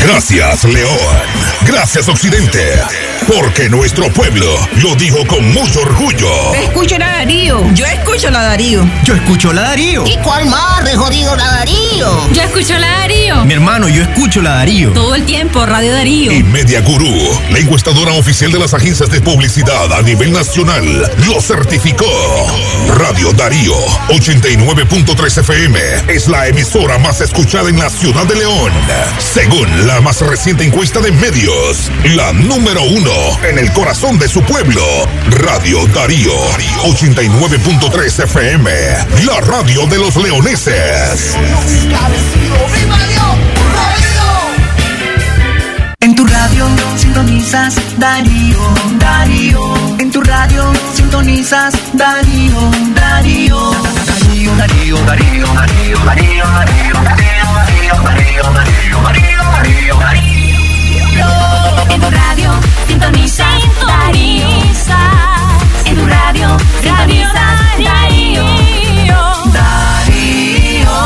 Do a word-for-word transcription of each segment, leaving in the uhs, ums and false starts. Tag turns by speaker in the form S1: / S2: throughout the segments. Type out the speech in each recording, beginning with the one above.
S1: Gracias, León. Gracias, Occidente. Porque nuestro pueblo lo dijo con mucho orgullo.
S2: Escucho la Darío. Yo escucho la Darío.
S3: Yo escucho la Darío.
S4: ¿Y cuál más, re jodido, la Darío?
S5: Yo escucho la Darío.
S3: Mi hermano, yo escucho la Darío.
S5: Todo el tiempo, Radio Darío.
S1: Y Media Gurú, la encuestadora oficial de las agencias de publicidad a nivel nacional, lo certificó. Radio Darío ochenta y nueve punto tres F M es la emisora más escuchada en la ciudad de León. Según la más reciente encuesta de medios, la número uno en el corazón de su pueblo. Radio Darío ochenta y nueve punto tres F M, la radio de los leoneses.
S6: En tu radio sintonizas Darío, Darío. En tu radio sintonizas Darío, Darío. Darío, Darío, Darío, Darío, Darío, Darío, Darío, Darío, Darío, Darío, Darío, Darío.
S5: En tu radio sintonizas Darío. En tu radio sintonizas Darío.
S6: Darío.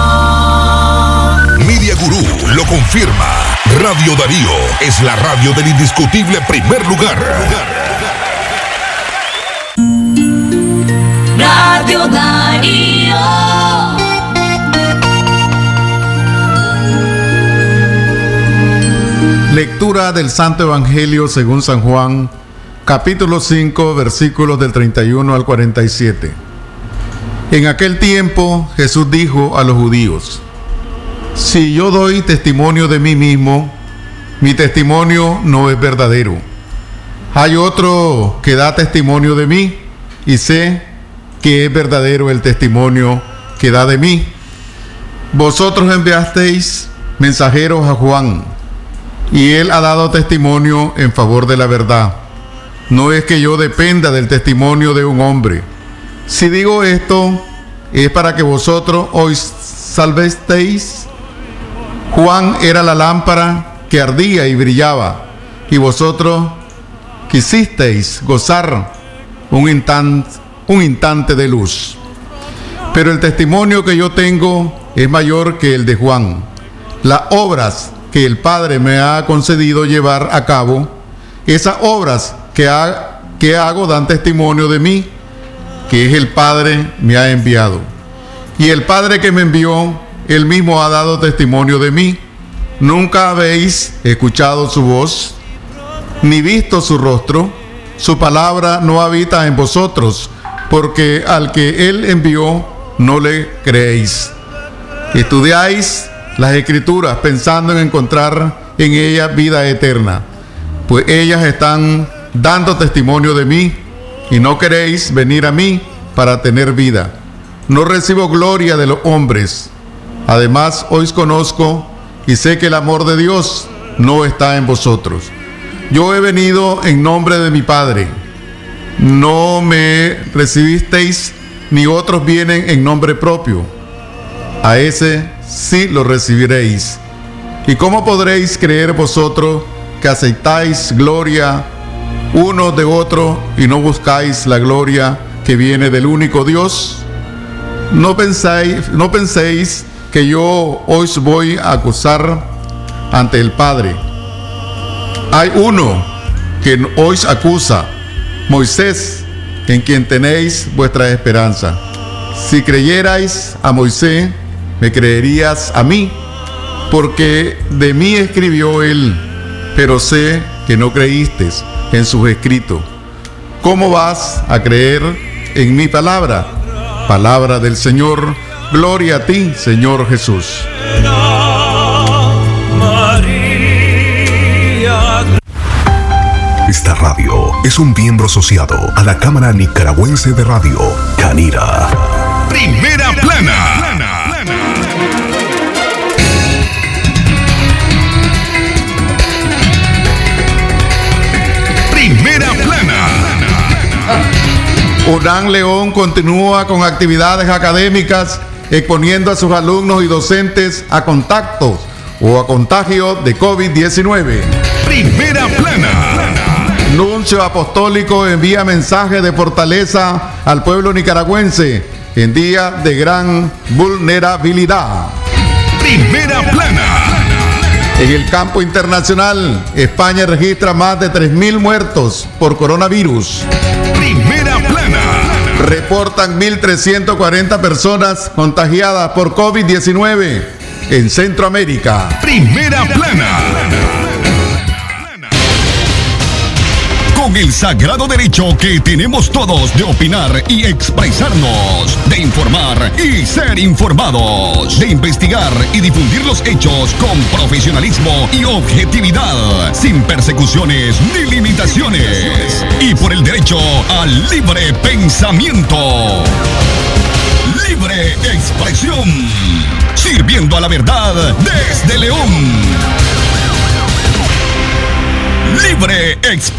S1: Media Gurú lo confirma. Radio Darío es la radio del indiscutible primer lugar.
S5: Radio Darío.
S7: Lectura del Santo Evangelio según San Juan, capítulo cinco, versículos del treinta y uno al cuarenta y siete. En aquel tiempo Jesús dijo a los judíos: si yo doy testimonio de mí mismo, mi testimonio no es verdadero. Hay otro que da testimonio de mí, y sé que es verdadero el testimonio que da de mí. Vosotros enviasteis mensajeros a Juan, y él ha dado testimonio en favor de la verdad. No es que yo dependa del testimonio de un hombre. Si digo esto, es para que vosotros os salvéis. Juan era la lámpara que ardía y brillaba, y vosotros quisisteis gozar un instante, un instante de luz. Pero el testimonio que yo tengo es mayor que el de Juan. Las obras que el Padre me ha concedido llevar a cabo, esas obras que, ha, que hago dan testimonio de mí, que es el Padre me ha enviado. Y el Padre que me envió, Él mismo ha dado testimonio de mí. Nunca habéis escuchado su voz, ni visto su rostro. Su palabra no habita en vosotros, porque al que Él envió no le creéis. Estudiáis las Escrituras pensando en encontrar en ellas vida eterna, pues ellas están dando testimonio de mí, y no queréis venir a mí para tener vida. No recibo gloria de los hombres. Además, os conozco y sé que el amor de Dios no está en vosotros. Yo he venido en nombre de mi Padre. No me recibisteis, ni otros vienen en nombre propio. A ese sí lo recibiréis. ¿Y cómo podréis creer vosotros que aceptáis gloria uno de otro y no buscáis la gloria que viene del único Dios? No pensáis, no penséis que yo os voy a acusar ante el Padre. Hay uno que os acusa, Moisés, en quien tenéis vuestra esperanza. Si creyerais a Moisés, me creerías a mí, porque de mí escribió él, pero sé que no creísteis en sus escritos. ¿Cómo vas a creer en mi palabra? Palabra del Señor. Gloria a ti, Señor Jesús.
S1: Esta radio es un miembro asociado a la Cámara Nicaragüense de Radio, Canira. Primera plana. Primera plana.
S7: UNAM León continúa con actividades académicas exponiendo a sus alumnos y docentes a contactos o a contagio de COVID diecinueve.
S1: Primera plana.
S7: Nuncio Apostólico envía mensaje de fortaleza al pueblo nicaragüense en día de gran vulnerabilidad.
S1: Primera plana.
S7: En el campo internacional, España registra más de tres mil muertos por coronavirus.
S1: Primera plana.
S7: Reportan mil trescientas cuarenta personas contagiadas por COVID diecinueve en Centroamérica.
S1: Primera plana. Con el sagrado derecho que tenemos todos de opinar y expresarnos, de informar y ser informados, de investigar y difundir los hechos con profesionalismo y objetividad, sin persecuciones ni limitaciones, y por el derecho al libre pensamiento. Libre expresión, sirviendo a la verdad desde León. Libre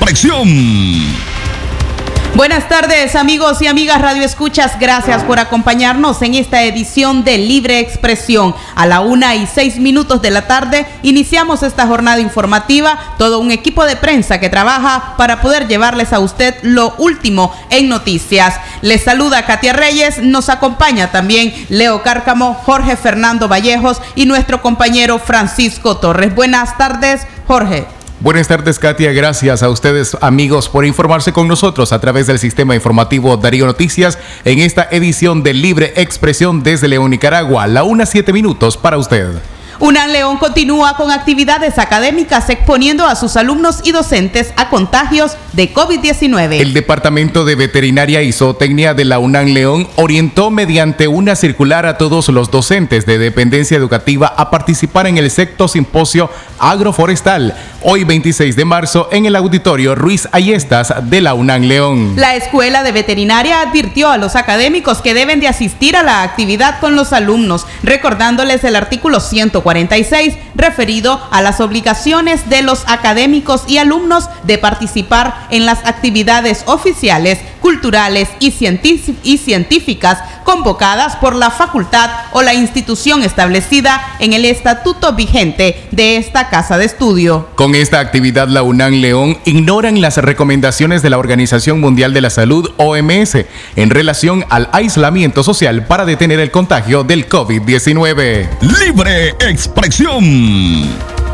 S1: expresión.
S8: Buenas tardes, amigos y amigas Radio Escuchas. Gracias por acompañarnos en esta edición de Libre Expresión. A la una y seis minutos de la tarde iniciamos esta jornada informativa. Todo un equipo de prensa que trabaja para poder llevarles a usted lo último en noticias. Les saluda Katia Reyes. Nos acompaña también Leo Cárcamo, Jorge Fernando Vallejos y nuestro compañero Francisco Torres. Buenas tardes, Jorge.
S9: Buenas tardes, Katia. Gracias a ustedes, amigos, por informarse con nosotros a través del sistema informativo Darío Noticias en esta edición de Libre Expresión desde León, Nicaragua. La una, siete minutos para usted.
S8: UNAM León continúa con actividades académicas exponiendo a sus alumnos y docentes a contagios de COVID diecinueve.
S9: El Departamento de Veterinaria y Zootecnia de la UNAM León orientó mediante una circular a todos los docentes de dependencia educativa a participar en el sexto simposio agroforestal, hoy veintiséis de marzo, en el auditorio Ruiz Ayestas de la UNAM León.
S8: La Escuela de Veterinaria advirtió a los académicos que deben de asistir a la actividad con los alumnos, recordándoles el artículo ciento cuarenta y seis referido a las obligaciones de los académicos y alumnos de participar en las actividades oficiales, culturales y, científic- y científicas convocadas por la facultad o la institución establecida en el estatuto vigente de esta casa de estudio.
S9: Con esta actividad, la UNAM León ignoran las recomendaciones de la Organización Mundial de la Salud, O M S, en relación al aislamiento social para detener el contagio del COVID diecinueve.
S1: Libre expresión.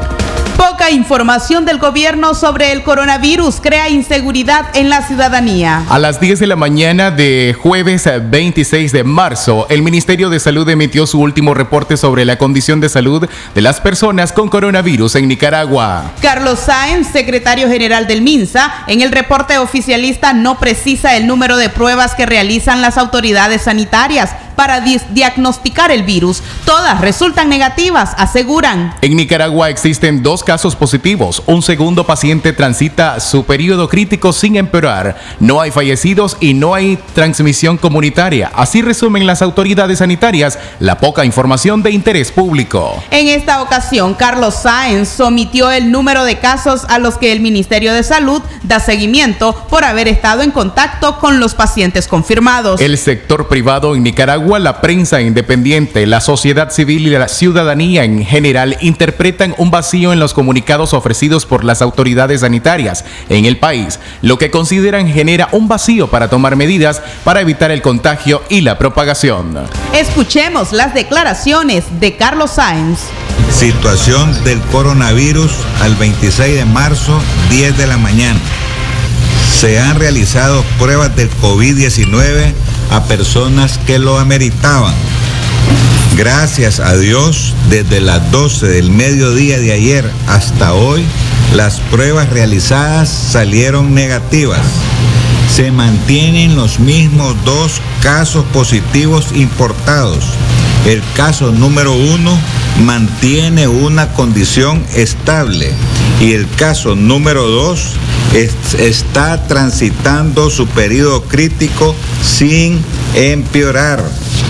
S8: Poca información del gobierno sobre el coronavirus crea inseguridad en la ciudadanía.
S9: A las diez de la mañana de jueves veintiséis de marzo, el Ministerio de Salud emitió su último reporte sobre la condición de salud de las personas con coronavirus en Nicaragua.
S8: Carlos Sáenz, secretario general del MINSA, en el reporte oficialista no precisa el número de pruebas que realizan las autoridades sanitarias para diagnosticar el virus. Todas resultan negativas, aseguran.
S9: En Nicaragua existen dos casos positivos. Un segundo paciente transita su periodo crítico sin empeorar. No hay fallecidos y no hay transmisión comunitaria. Así resumen las autoridades sanitarias la poca información de interés público.
S8: En esta ocasión, Carlos Sáenz omitió el número de casos a los que el Ministerio de Salud da seguimiento por haber estado en contacto con los pacientes confirmados.
S9: El sector privado en Nicaragua, la prensa independiente, la sociedad civil y la ciudadanía en general interpretan un vacío en los comunicados ofrecidos por las autoridades sanitarias en el país, lo que consideran genera un vacío para tomar medidas para evitar el contagio y la propagación.
S8: Escuchemos las declaraciones de Carlos Sáenz.
S10: Situación del coronavirus al veintiséis de marzo, diez de la mañana. Se han realizado pruebas del COVID diecinueve a personas que lo ameritaban. Gracias a Dios, desde las doce del mediodía de ayer hasta hoy, las pruebas realizadas salieron negativas. Se mantienen los mismos dos casos positivos importados. El caso número uno mantiene una condición estable y el caso número dos es, está transitando su periodo crítico sin empeorar.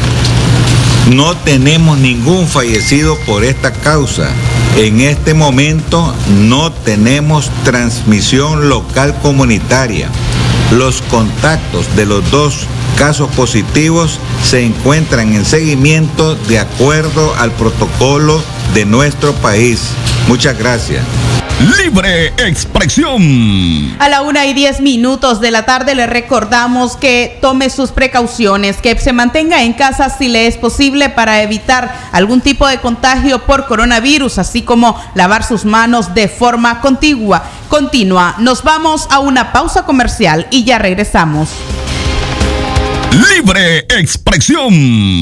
S10: No tenemos ningún fallecido por esta causa. En este momento no tenemos transmisión local comunitaria. Los contactos de los dos casos positivos se encuentran en seguimiento de acuerdo al protocolo de nuestro país. Muchas gracias.
S11: Libre Expresión.
S8: A la una y diez minutos de la tarde le recordamos que tome sus precauciones, que se mantenga en casa si le es posible para evitar algún tipo de contagio por coronavirus, así como lavar sus manos de forma contigua. Continua. Nos vamos a una pausa comercial y ya regresamos.
S11: Libre Expresión.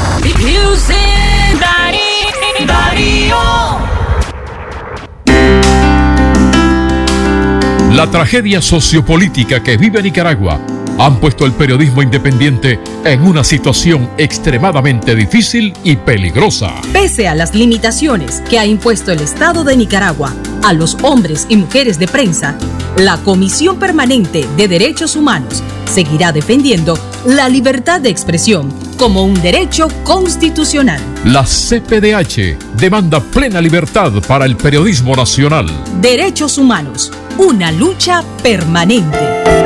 S11: La tragedia sociopolítica que vive Nicaragua han puesto el periodismo independiente en una situación extremadamente difícil y peligrosa.
S12: Pese a las limitaciones que ha impuesto el Estado de Nicaragua a los hombres y mujeres de prensa, la Comisión Permanente de Derechos Humanos seguirá defendiendo la libertad de expresión como un derecho constitucional.
S11: La C P D H demanda plena libertad para el periodismo nacional.
S12: Derechos humanos, una lucha permanente.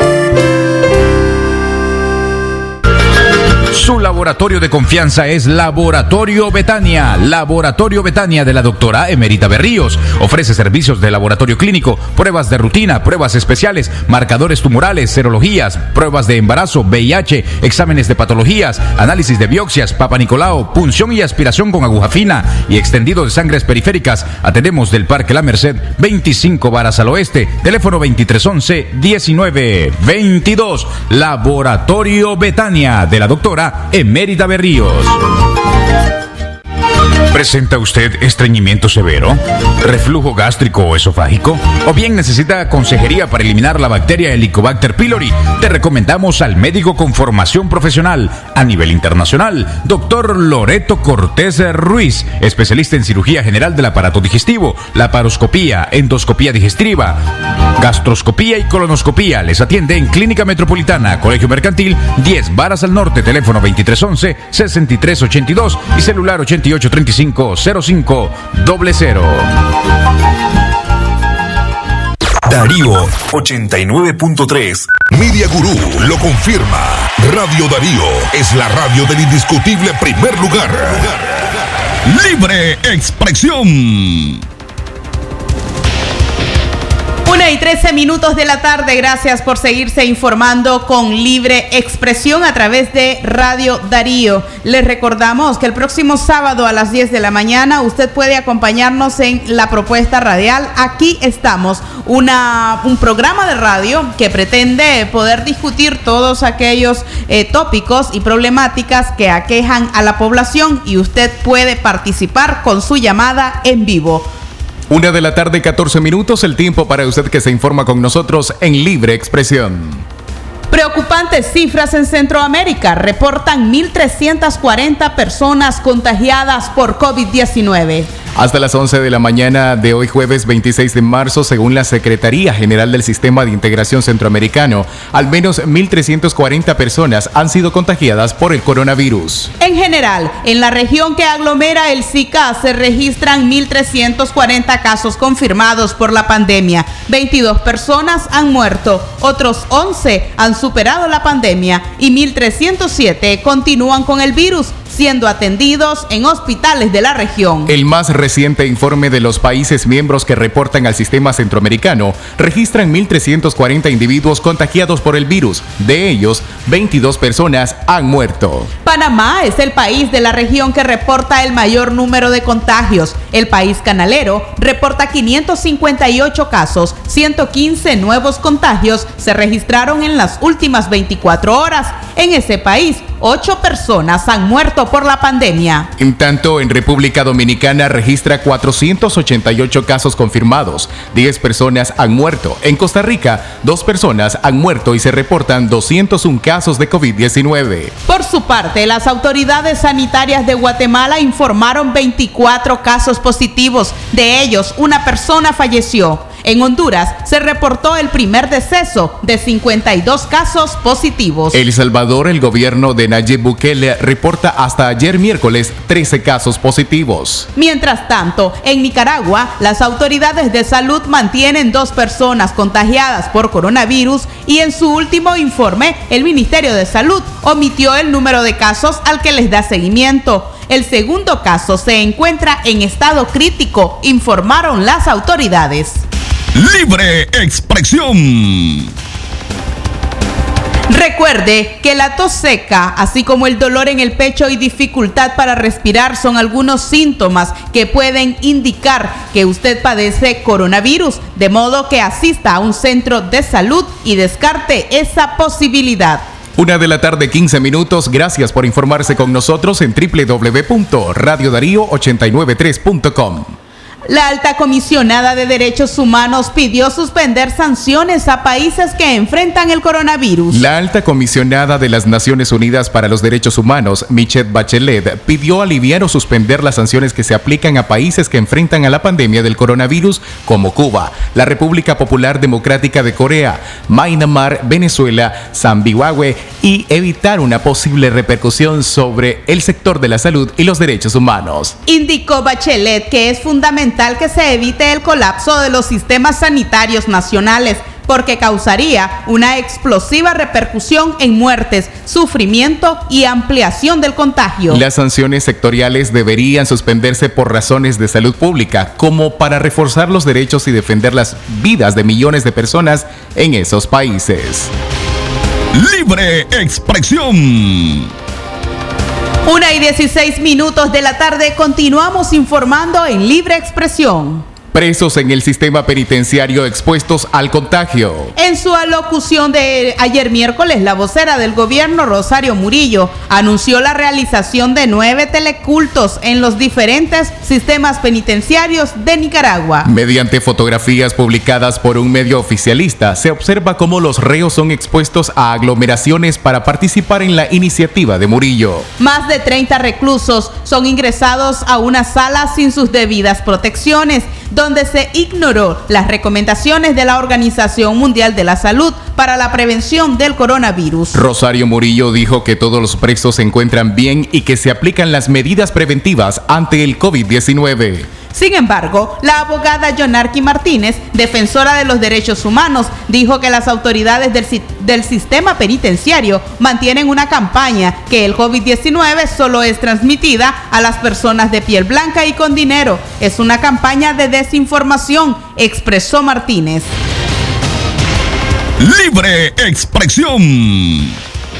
S13: Su laboratorio de confianza es Laboratorio Betania. Laboratorio Betania de la doctora Emérita Berríos. Ofrece servicios de laboratorio clínico, pruebas de rutina, pruebas especiales, marcadores tumorales, serologías, pruebas de embarazo, V I H, exámenes de patologías, análisis de biopsias, Papa Nicolau, punción y aspiración con aguja fina y extendido de sangres periféricas. Atendemos del Parque La Merced, veinticinco varas al oeste. Teléfono veintitrés once diecinueve veintidós. Laboratorio Betania de la doctora Emérita Berríos. ¿Presenta usted estreñimiento severo, reflujo gástrico o esofágico? ¿O bien necesita consejería para eliminar la bacteria Helicobacter pylori? Te recomendamos al médico con formación profesional a nivel internacional, doctor Loreto Cortés Ruiz, especialista en cirugía general del aparato digestivo, laparoscopía, endoscopía digestiva, gastroscopía y colonoscopía. Les atiende en Clínica Metropolitana, Colegio Mercantil, diez varas al norte, teléfono veintitrés once sesenta y tres ochenta y dos y celular ochenta y ocho treinta y cinco cero cinco cero cero.
S1: Darío ochenta y nueve punto tres. Media Gurú lo confirma. Radio Darío es la radio del indiscutible primer lugar.
S11: Libre Expresión.
S8: Una y trece minutos de la tarde. Gracias por seguirse informando con Libre Expresión a través de Radio Darío. Les recordamos que el próximo sábado a las diez de la mañana usted puede acompañarnos en La Propuesta Radial. Aquí estamos, una, un programa de radio que pretende poder discutir todos aquellos eh, tópicos y problemáticas que aquejan a la población, y usted puede participar con su llamada en vivo.
S9: Una de la tarde, catorce minutos, el tiempo para usted que se informa con nosotros en Libre Expresión.
S8: Preocupantes cifras en Centroamérica. Reportan mil trescientas cuarenta personas contagiadas por COVID diecinueve.
S9: Hasta las once de la mañana de hoy, jueves veintiséis de marzo, según la Secretaría General del Sistema de Integración Centroamericano, al menos mil trescientas cuarenta personas han sido contagiadas por el coronavirus.
S8: En general, en la región que aglomera el SICA se registran mil trescientos cuarenta casos confirmados por la pandemia. veintidós personas han muerto, otros once han superado la pandemia y mil trescientos siete continúan con el virus, siendo atendidos en hospitales de la región.
S9: El más reciente informe de los países miembros que reportan al sistema centroamericano registran mil trescientos cuarenta individuos contagiados por el virus. De ellos, veintidós personas han muerto.
S8: Panamá es el país de la región que reporta el mayor número de contagios. El país canalero reporta quinientos cincuenta y ocho casos, ciento quince nuevos contagios se registraron en las últimas veinticuatro horas. En ese país, ocho personas han muerto por la pandemia.
S9: En tanto, en República Dominicana registra cuatrocientos ochenta y ocho casos confirmados, diez personas han muerto. En Costa Rica, dos personas han muerto y se reportan doscientos uno casos de COVID diecinueve.
S8: Por su parte, las autoridades sanitarias de Guatemala informaron veinticuatro casos positivos, de ellos una persona falleció. En Honduras se reportó el primer deceso de cincuenta y dos casos positivos.
S9: El Salvador, el gobierno de Nayib Bukele reporta hasta ayer miércoles trece casos positivos.
S8: Mientras tanto, en Nicaragua, las autoridades de salud mantienen dos personas contagiadas por coronavirus y en su último informe, el Ministerio de Salud omitió el número de casos al que les da seguimiento. El segundo caso se encuentra en estado crítico, informaron las autoridades.
S1: Libre expresión.
S8: Recuerde que la tos seca, así como el dolor en el pecho y dificultad para respirar son algunos síntomas que pueden indicar que usted padece coronavirus, de modo que asista a un centro de salud y descarte esa posibilidad.
S9: Una de la tarde, quince minutos. Gracias por informarse con nosotros en doble u doble u doble u punto radio darío ochenta y nueve tres punto com.
S8: La alta comisionada de Derechos Humanos pidió suspender sanciones a países que enfrentan el coronavirus.
S9: La alta comisionada de las Naciones Unidas para los Derechos Humanos, Michelle Bachelet, pidió aliviar o suspender las sanciones que se aplican a países que enfrentan a la pandemia del coronavirus, como Cuba, la República Popular Democrática de Corea, Myanmar, Venezuela, Zimbabue, y evitar una posible repercusión sobre el sector de la salud y los derechos humanos.
S8: Indicó Bachelet que es fundamental que se evite el colapso de los sistemas sanitarios nacionales, porque causaría una explosiva repercusión en muertes, sufrimiento y ampliación del contagio.
S9: Las sanciones sectoriales deberían suspenderse por razones de salud pública, como para reforzar los derechos y defender las vidas de millones de personas en esos países.
S1: Libre expresión.
S8: Una y dieciséis minutos de la tarde, continuamos informando en Libre Expresión.
S9: Presos en el sistema penitenciario expuestos al contagio.
S8: En su alocución de ayer miércoles, la vocera del gobierno, Rosario Murillo, anunció la realización de nueve telecultos en los diferentes sistemas penitenciarios de Nicaragua.
S9: Mediante fotografías publicadas por un medio oficialista, se observa cómo los reos son expuestos a aglomeraciones para participar en la iniciativa de Murillo.
S8: Más de treinta reclusos son ingresados a una sala sin sus debidas protecciones, donde se ignoró las recomendaciones de la Organización Mundial de la Salud para la prevención del coronavirus.
S9: Rosario Murillo dijo que todos los presos se encuentran bien y que se aplican las medidas preventivas ante el COVID diecinueve.
S8: Sin embargo, la abogada Yonarqui Martínez, defensora de los derechos humanos, dijo que las autoridades del, del sistema penitenciario mantienen una campaña que el COVID diecinueve solo es transmitida a las personas de piel blanca y con dinero. Es una campaña de desinformación, expresó Martínez.
S1: Libre expresión.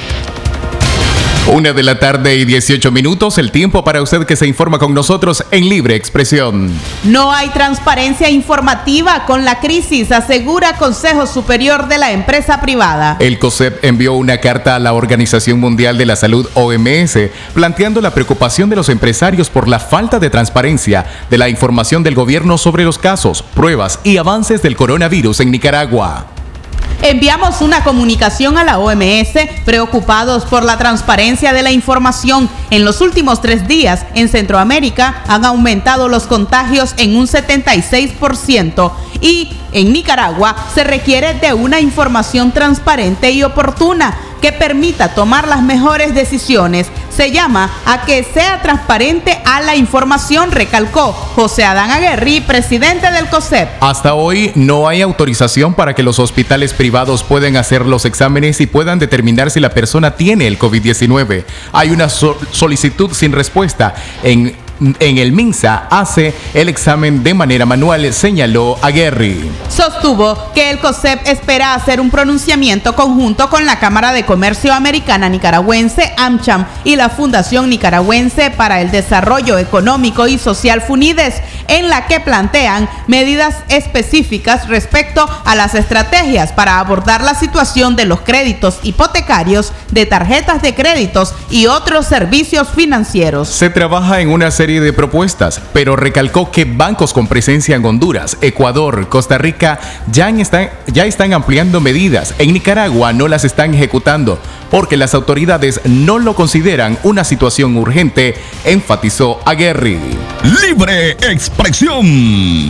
S9: Una de la tarde y dieciocho minutos, el tiempo para usted que se informa con nosotros en Libre Expresión.
S8: No hay transparencia informativa con la crisis, asegura Consejo Superior de la Empresa Privada.
S9: El COSEP envió una carta a la Organización Mundial de la Salud, O M S, planteando la preocupación de los empresarios por la falta de transparencia de la información del gobierno sobre los casos, pruebas y avances del coronavirus en Nicaragua.
S8: Enviamos una comunicación a la O M S preocupados por la transparencia de la información. En los últimos tres días en Centroamérica han aumentado los contagios en un setenta y seis por ciento y en Nicaragua se requiere de una información transparente y oportuna que permita tomar las mejores decisiones. Se llama a que sea transparente a la información, recalcó José Adán Aguerri, presidente del COSEP.
S9: Hasta hoy no hay autorización para que los hospitales privados puedan hacer los exámenes y puedan determinar si la persona tiene el COVID diecinueve. Hay una so- solicitud sin respuesta. En En el MINSA hace el examen de manera manual, señaló Aguerri.
S8: Sostuvo que el COSEP espera hacer un pronunciamiento conjunto con la Cámara de Comercio Americana Nicaragüense, AmCham, y la Fundación Nicaragüense para el Desarrollo Económico y Social, FUNIDES, en la que plantean medidas específicas respecto a las estrategias para abordar la situación de los créditos hipotecarios, de tarjetas de créditos y otros servicios financieros.
S9: Se trabaja en una serie de propuestas, pero recalcó que bancos con presencia en Honduras, Ecuador, Costa Rica ya están, ya están ampliando medidas. En Nicaragua no las están ejecutando porque las autoridades no lo consideran una situación urgente, enfatizó Aguerri.
S1: Libre expresión.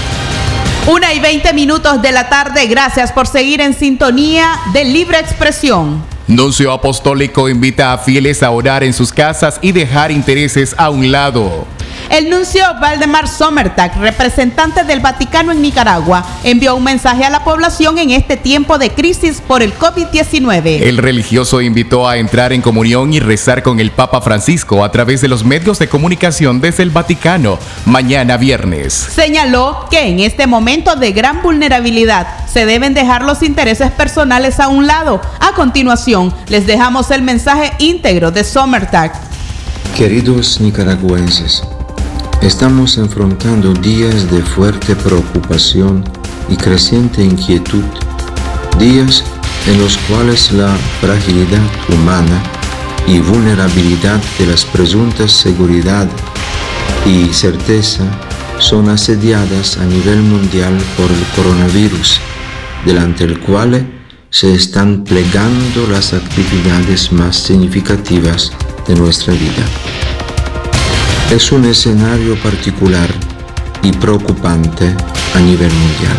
S8: Una y veinte minutos de la tarde. Gracias por seguir en sintonía de Libre Expresión.
S9: Nuncio Apostólico invita a fieles a orar en sus casas y dejar intereses a un lado.
S8: El nuncio Valdemar Sommertag, representante del Vaticano en Nicaragua, envió un mensaje a la población en este tiempo de crisis por el COVID diecinueve.
S9: El religioso invitó a entrar en comunión y rezar con el Papa Francisco a través de los medios de comunicación desde el Vaticano, mañana viernes.
S8: Señaló que en este momento de gran vulnerabilidad se deben dejar los intereses personales a un lado. A continuación, les dejamos el mensaje íntegro de Sommertag.
S14: Queridos nicaragüenses, estamos enfrentando días de fuerte preocupación y creciente inquietud, días en los cuales la fragilidad humana y vulnerabilidad de las presuntas seguridad y certeza son asediadas a nivel mundial por el coronavirus, delante del cual se están plegando las actividades más significativas de nuestra vida. Es un escenario particular y preocupante a nivel mundial.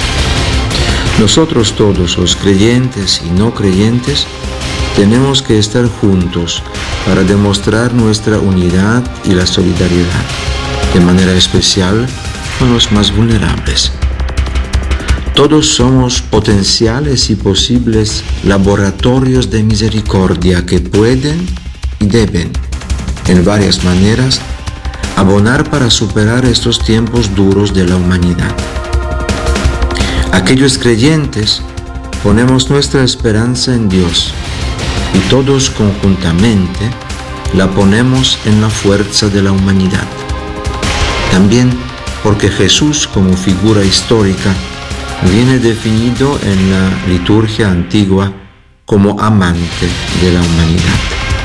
S14: Nosotros todos, los creyentes y no creyentes, tenemos que estar juntos para demostrar nuestra unidad y la solidaridad, de manera especial con los más vulnerables. Todos somos potenciales y posibles laboratorios de misericordia que pueden y deben, en varias maneras, abonar para superar estos tiempos duros de la humanidad. Aquellos creyentes ponemos nuestra esperanza en Dios y todos conjuntamente la ponemos en la fuerza de la humanidad. También porque Jesús, como figura histórica, viene definido en la liturgia antigua como amante de la humanidad.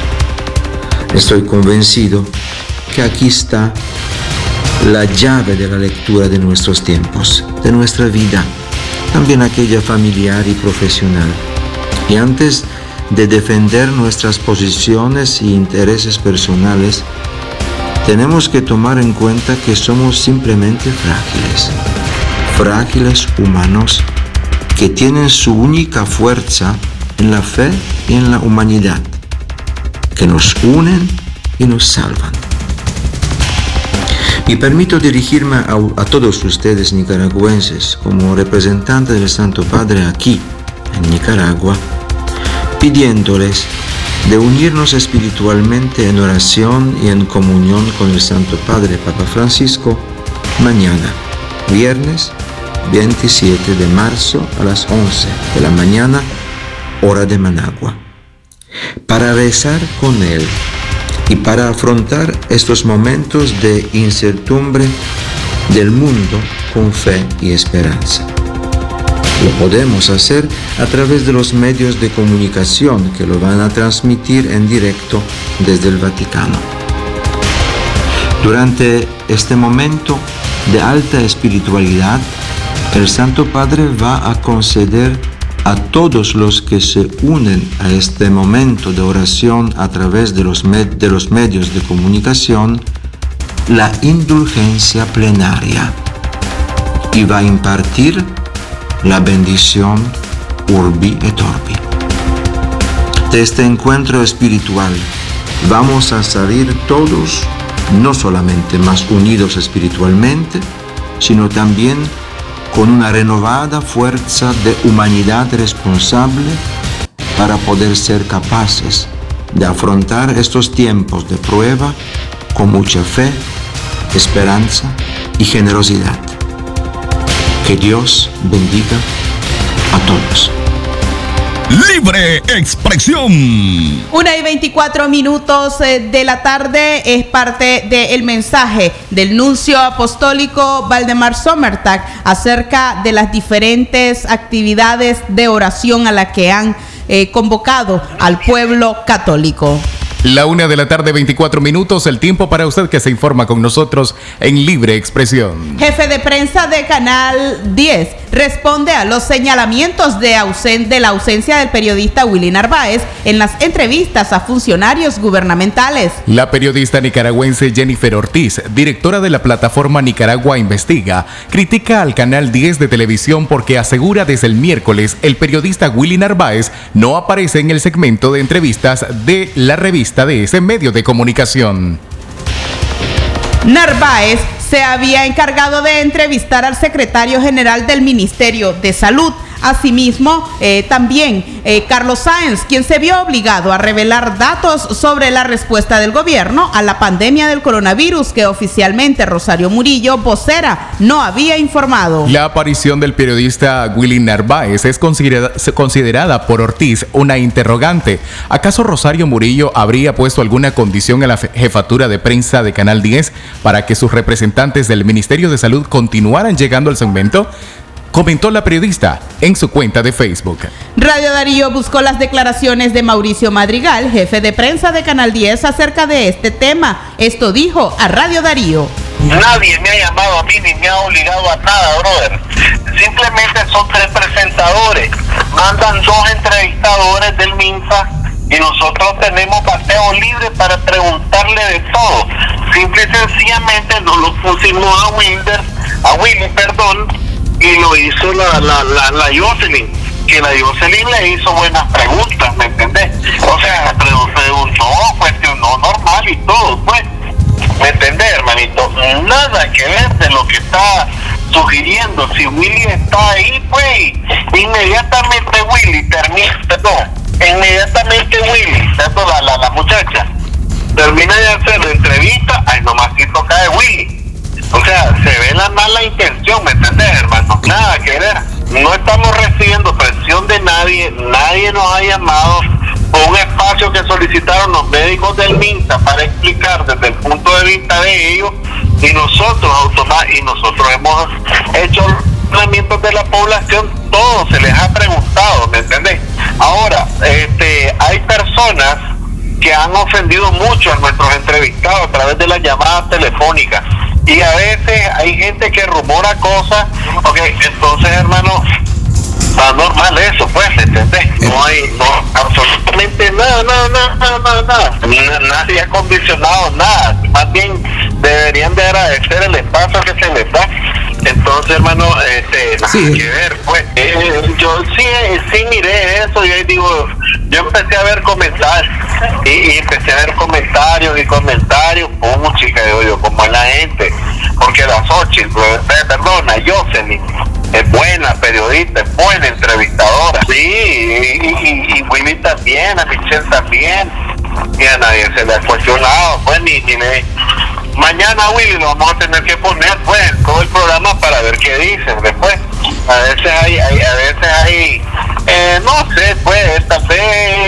S14: Estoy convencido que aquí está la llave de la lectura de nuestros tiempos, de nuestra vida, también aquella familiar y profesional. Y antes de defender nuestras posiciones y intereses personales, tenemos que tomar en cuenta que somos simplemente frágiles, frágiles humanos que tienen su única fuerza en la fe y en la humanidad, que nos unen y nos salvan. Me permito dirigirme a, a todos ustedes nicaragüenses como representante del Santo Padre aquí, en Nicaragua, pidiéndoles de unirnos espiritualmente en oración y en comunión con el Santo Padre Papa Francisco mañana, viernes veintisiete de marzo a las once de la mañana, hora de Managua, para rezar con él y para afrontar estos momentos de incertidumbre del mundo con fe y esperanza. Lo podemos hacer a través de los medios de comunicación que lo van a transmitir en directo desde el Vaticano. Durante este momento de alta espiritualidad, el Santo Padre va a conceder a todos los que se unen a este momento de oración a través de los, med- de los medios de comunicación la indulgencia plenaria y va a impartir la bendición Urbi et Orbi. De este encuentro espiritual vamos a salir todos no solamente más unidos espiritualmente, sino también con una renovada fuerza de humanidad responsable para poder ser capaces de afrontar estos tiempos de prueba con mucha fe, esperanza y generosidad. Que Dios bendiga a todos.
S1: Libre Expresión.
S8: Una y veinticuatro minutos eh, de la tarde es parte del mensaje del nuncio apostólico Valdemar Sommertag acerca de las diferentes actividades de oración a las que han eh, convocado al pueblo católico.
S9: La una de la tarde, veinticuatro minutos, el tiempo para usted que se informa con nosotros en Libre Expresión.
S8: Jefe de prensa de Canal diez responde a los señalamientos de, ausen- de la ausencia del periodista Willy Narváez en las entrevistas a funcionarios gubernamentales.
S9: La periodista nicaragüense Jennifer Ortiz, directora de la plataforma Nicaragua Investiga, critica al Canal diez de televisión porque asegura desde el miércoles el periodista Willy Narváez no aparece en el segmento de entrevistas de la revista de ese medio de comunicación.
S8: Narváez se había encargado de entrevistar al secretario general del Ministerio de Salud. Asimismo, eh, también eh, Carlos Sáenz, quien se vio obligado a revelar datos sobre la respuesta del gobierno a la pandemia del coronavirus que oficialmente Rosario Murillo, vocera, no había informado.
S9: La aparición del periodista Willy Narváez es considerada, considerada por Ortiz una interrogante. ¿Acaso Rosario Murillo habría puesto alguna condición a la jefatura de prensa de Canal diez para que sus representantes del Ministerio de Salud continuaran llegando al segmento? Comentó la periodista en su cuenta de Facebook.
S8: Radio Darío buscó las declaraciones de Mauricio Madrigal, jefe de prensa de Canal diez, acerca de este tema. Esto dijo a Radio Darío.
S15: Nadie me ha llamado a mí ni me ha obligado a nada, brother. Simplemente son tres presentadores. Mandan dos entrevistadores del MINSA y nosotros tenemos bateo libre para preguntarle de todo. Simple y sencillamente nos lo pusimos a Wilder, a Willy, perdón, y lo hizo la, la, la, la Jocelyn, que la Jocelyn le hizo buenas preguntas, ¿me entendés? O sea, preguntó, cuestionó normal y todo, pues, ¿me entendés, hermanito? Nada que ver de lo que está sugiriendo. Si Willy está ahí, pues, inmediatamente Willy termina, perdón, inmediatamente Willy, perdón, la, la, la muchacha, termina de hacer la entrevista, ay, nomás si toca de Willy. O sea, se ve la mala intención, ¿me entendés, hermano? Nada que ver. No estamos recibiendo presión de nadie, nadie nos ha llamado por un espacio que solicitaron los médicos del MINSA para explicar desde el punto de vista de ellos, y nosotros automa- y nosotros hemos hecho los de la población, todo se les ha preguntado, ¿me entendés? Ahora, este, hay personas que han ofendido mucho a nuestros entrevistados a través de las llamadas telefónicas. Y a veces hay gente que rumora cosas, ok, entonces, hermano, está normal eso, pues, ¿entendés? No hay, no, absolutamente nada, nada, nada, nada, nada, nada. Nadie ha condicionado nada. Más bien deberían de agradecer el espacio que se les da. Entonces, hermano, este, nada sí. que ver, pues, eh, yo sí, sí miré eso y ahí digo, yo empecé a ver comentarios y, y empecé a ver comentarios y comentarios, como chica de yo, como es la gente, porque la Xochitl, perdona, Jocelyn, es buena periodista, es buena entrevistadora, sí, y, y, y Willy también, a Michelle también, y a nadie se le ha cuestionado, pues, ni, ni le... Mañana, Willy, lo vamos a tener que poner, pues, todo el programa para ver qué dicen después. A veces hay, hay a veces hay, eh, no sé, pues, tal vez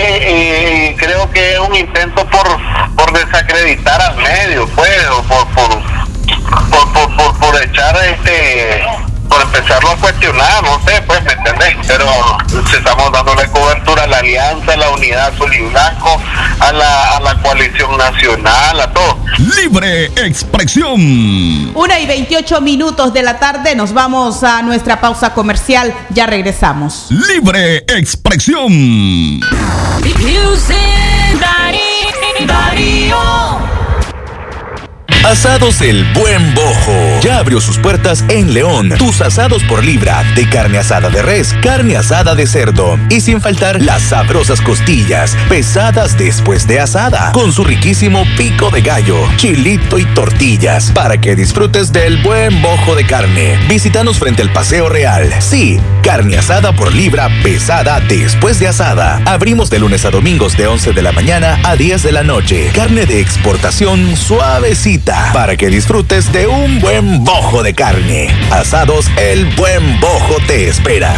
S15: eh, creo que es un intento por por desacreditar al medio, pues, o por por por, por, por, por echar este... por empezarlo a cuestionar, no sé, pues, ¿me entendés? Pero estamos dándole cobertura a la alianza, a la unidad azul y blanco, a la, a la coalición nacional, a todo.
S1: Libre expresión.
S8: Una y veintiocho minutos de la tarde, nos vamos a nuestra pausa comercial, ya regresamos.
S1: Libre expresión.
S16: Asados El Buen Bojo ya abrió sus puertas en León. Tus asados por libra de carne asada de res, carne asada de cerdo y sin faltar las sabrosas costillas pesadas después de asada con su riquísimo pico de gallo, chilito y tortillas para que disfrutes del buen bojo de carne. Visítanos frente al Paseo Real. Sí, carne asada por libra pesada después de asada. Abrimos de lunes a domingos de once de la mañana a diez de la noche. Carne de exportación suavecita para que disfrutes de un buen bojo de carne. Asados El Buen Bojo te espera.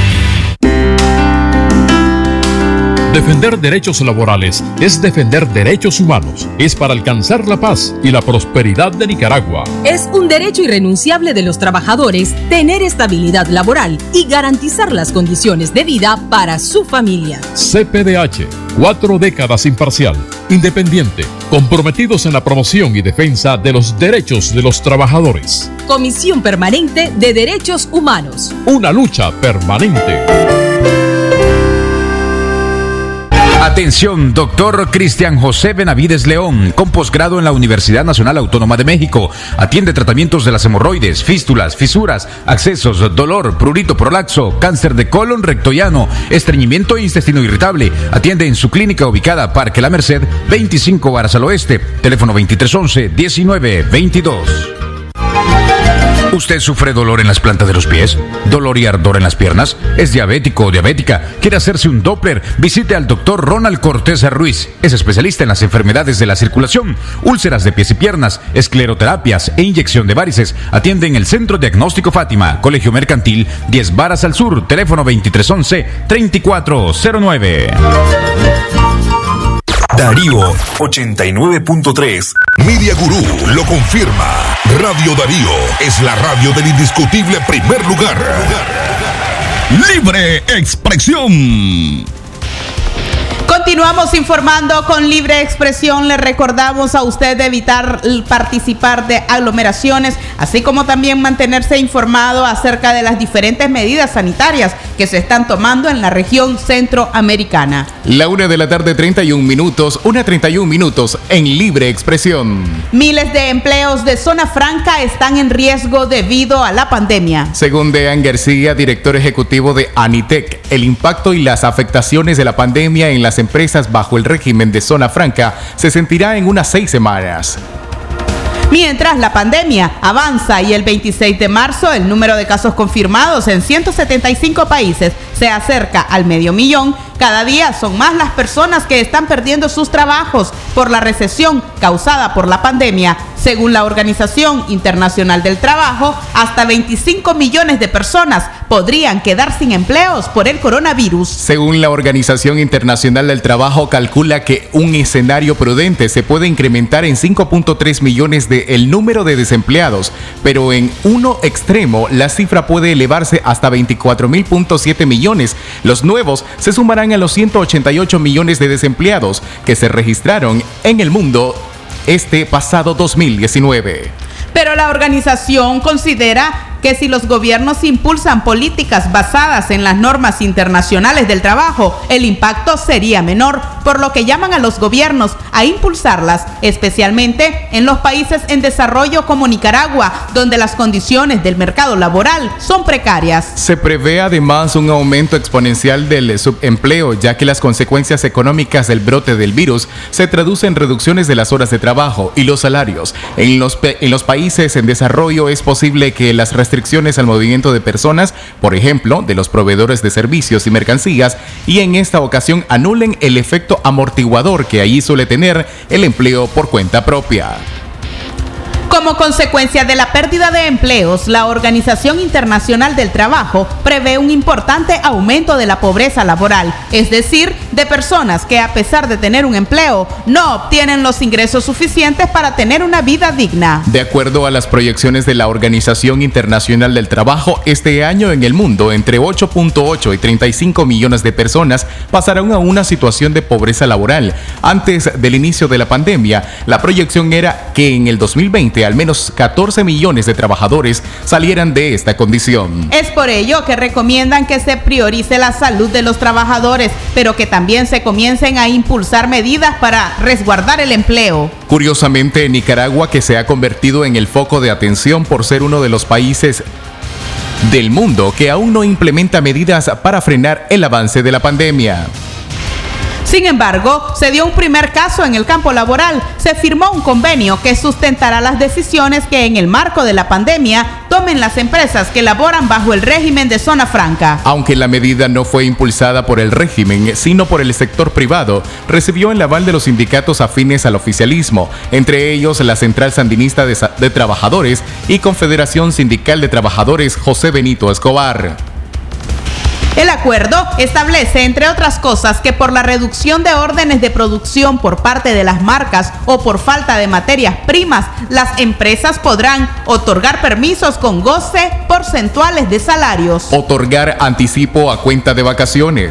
S11: Defender derechos laborales es defender derechos humanos. Es para alcanzar la paz y la prosperidad de Nicaragua.
S12: Es un derecho irrenunciable de los trabajadores tener estabilidad laboral y garantizar las condiciones de vida para su familia.
S11: C P D H, cuatro décadas imparcial, independiente, comprometidos en la promoción y defensa de los derechos de los trabajadores.
S12: Comisión Permanente de Derechos Humanos.
S11: Una lucha permanente.
S13: Atención, doctor Cristian José Benavides León, con posgrado en la Universidad Nacional Autónoma de México. Atiende tratamientos de las hemorroides, fístulas, fisuras, abscesos, dolor, prurito, prolaxo, cáncer de colon, recto y ano, estreñimiento e intestino irritable. Atiende en su clínica ubicada Parque La Merced, veinticinco Varas al Oeste. Teléfono veintitrés once, diecinueve veintidós. ¿Usted sufre dolor en las plantas de los pies? ¿Dolor y ardor en las piernas? ¿Es diabético o diabética? ¿Quiere hacerse un Doppler? Visite al doctor Ronald Cortés Ruiz. Es especialista en las enfermedades de la circulación, úlceras de pies y piernas, escleroterapias e inyección de varices. Atiende en el Centro Diagnóstico Fátima, Colegio Mercantil, diez Varas al Sur. Teléfono veintitrés once, treinta y cuatro cero nueve.
S1: Darío ochenta y nueve punto tres. Media Gurú lo confirma. Radio Darío es la radio del indiscutible primer lugar.
S17: Libre expresión.
S8: Continuamos informando con Libre Expresión. Le recordamos a usted de evitar participar de aglomeraciones, así como también mantenerse informado acerca de las diferentes medidas sanitarias que se están tomando en la región centroamericana.
S9: La una de la tarde, treinta y un minutos, una treinta y un minutos en Libre Expresión.
S8: Miles de empleos de zona franca están en riesgo debido a la pandemia.
S9: Según Dean García, director ejecutivo de Anitec, el impacto y las afectaciones de la pandemia en las empresas bajo el régimen de zona franca se sentirá en unas seis semanas.
S8: Mientras la pandemia avanza y el veintiséis de marzo el número de casos confirmados en ciento setenta y cinco países se acerca al medio millón, cada día son más las personas que están perdiendo sus trabajos por la recesión causada por la pandemia. Según la Organización Internacional del Trabajo, hasta veinticinco millones de personas podrían quedar sin empleos por el coronavirus.
S9: Según la Organización Internacional del Trabajo, calcula que un escenario prudente se puede incrementar en cinco punto tres millones de el número de desempleados, pero en uno extremo la cifra puede elevarse hasta veinticuatro mil punto siete millones. Los nuevos se sumarán a los ciento ochenta y ocho millones de desempleados que se registraron en el mundo este pasado dos mil diecinueve.
S8: Pero la organización considera que si los gobiernos impulsan políticas basadas en las normas internacionales del trabajo, el impacto sería menor, por lo que llaman a los gobiernos a impulsarlas, especialmente en los países en desarrollo como Nicaragua, donde las condiciones del mercado laboral son precarias.
S9: Se prevé además un aumento exponencial del subempleo, ya que las consecuencias económicas del brote del virus se traducen en reducciones de las horas de trabajo y los salarios. En los, en los países en desarrollo es posible que las restricciones al movimiento de personas, por ejemplo, de los proveedores de servicios y mercancías, y en esta ocasión anulen el efecto amortiguador que allí suele tener el empleo por cuenta propia.
S8: Como consecuencia de la pérdida de empleos, la Organización Internacional del Trabajo prevé un importante aumento de la pobreza laboral, es decir, de personas que a pesar de tener un empleo, no obtienen los ingresos suficientes para tener una vida digna.
S9: De acuerdo a las proyecciones de la Organización Internacional del Trabajo, este año en el mundo, entre ocho punto ocho y treinta y cinco millones de personas pasarán a una situación de pobreza laboral. Antes del inicio de la pandemia, la proyección era que en el dos mil veinte al menos catorce millones de trabajadores salieran de esta condición.
S8: Es por ello que recomiendan que se priorice la salud de los trabajadores, pero que también se comiencen a impulsar medidas para resguardar el empleo.
S9: Curiosamente, Nicaragua, que se ha convertido en el foco de atención por ser uno de los países del mundo que aún no implementa medidas para frenar el avance de la pandemia.
S8: Sin embargo, se dio un primer caso en el campo laboral. Se firmó un convenio que sustentará las decisiones que en el marco de la pandemia tomen las empresas que laboran bajo el régimen de zona franca.
S9: Aunque la medida no fue impulsada por el régimen, sino por el sector privado, recibió el aval de los sindicatos afines al oficialismo, entre ellos la Central Sandinista de, de Trabajadores y Confederación Sindical de Trabajadores José Benito Escobar.
S8: El acuerdo establece, entre otras cosas, que por la reducción de órdenes de producción por parte de las marcas o por falta de materias primas, las empresas podrán otorgar permisos con goce porcentuales de salarios.
S9: Otorgar anticipo a cuenta de vacaciones.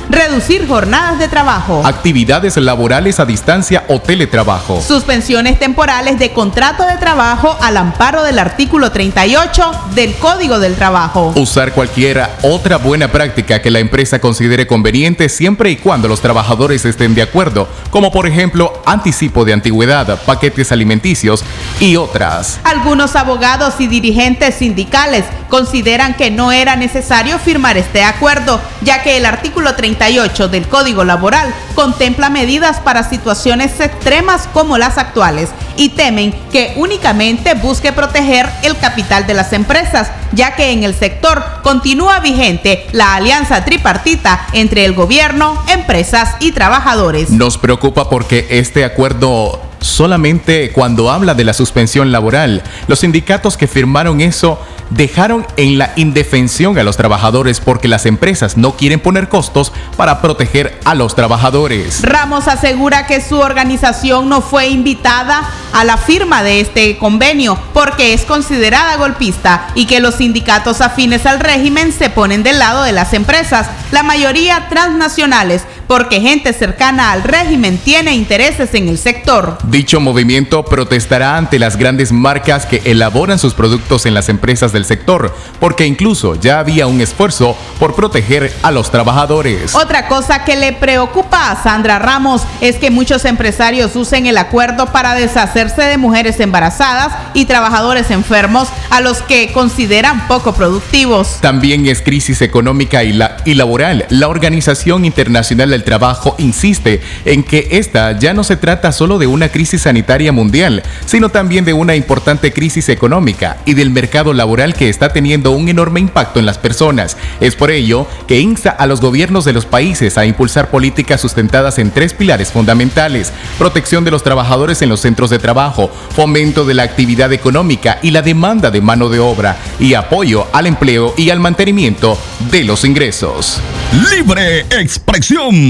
S8: reducir jornadas de trabajo,
S9: actividades laborales a distancia o teletrabajo,
S8: suspensiones temporales de contrato de trabajo al amparo del artículo treinta y ocho del Código del Trabajo,
S9: usar cualquier otra buena práctica que la empresa considere conveniente siempre y cuando los trabajadores estén de acuerdo, como por ejemplo anticipo de antigüedad, paquetes alimenticios y otras.
S8: Algunos abogados y dirigentes sindicales consideran que no era necesario firmar este acuerdo, ya que el artículo treinta y ocho del Código Laboral contempla medidas para situaciones extremas como las actuales y temen que únicamente busque proteger el capital de las empresas, ya que en el sector continúa vigente la alianza tripartita entre el gobierno, empresas y trabajadores.
S9: Nos preocupa porque este acuerdo solamente cuando habla de la suspensión laboral, los sindicatos que firmaron eso dejaron en la indefensión a los trabajadores porque las empresas no quieren poner costos para proteger a los trabajadores.
S8: Ramos asegura que su organización no fue invitada a la firma de este convenio porque es considerada golpista y que los sindicatos afines al régimen se ponen del lado de las empresas, la mayoría transnacionales, porque gente cercana al régimen tiene intereses en el sector.
S9: Dicho movimiento protestará ante las grandes marcas que elaboran sus productos en las empresas del sector, porque incluso ya había un esfuerzo por proteger a los trabajadores.
S8: Otra cosa que le preocupa a Sandra Ramos es que muchos empresarios usen el acuerdo para deshacerse de mujeres embarazadas y trabajadores enfermos a los que consideran poco productivos.
S9: También es crisis económica y, la, y laboral. La Organización Internacional del Trabajo insiste en que esta ya no se trata solo de una crisis sanitaria mundial, sino también de una importante crisis económica y del mercado laboral que está teniendo un enorme impacto en las personas. Es por ello que insta a los gobiernos de los países a impulsar políticas sustentadas en tres pilares fundamentales: protección de los trabajadores en los centros de trabajo, fomento de la actividad económica y la demanda de mano de obra, y apoyo al empleo y al mantenimiento de los ingresos.
S17: Libre expresión.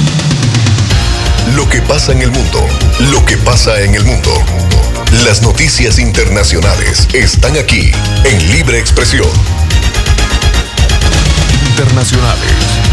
S1: Lo que pasa en el mundo, lo que pasa en el mundo. Las noticias internacionales están aquí en Libre Expresión. Internacionales.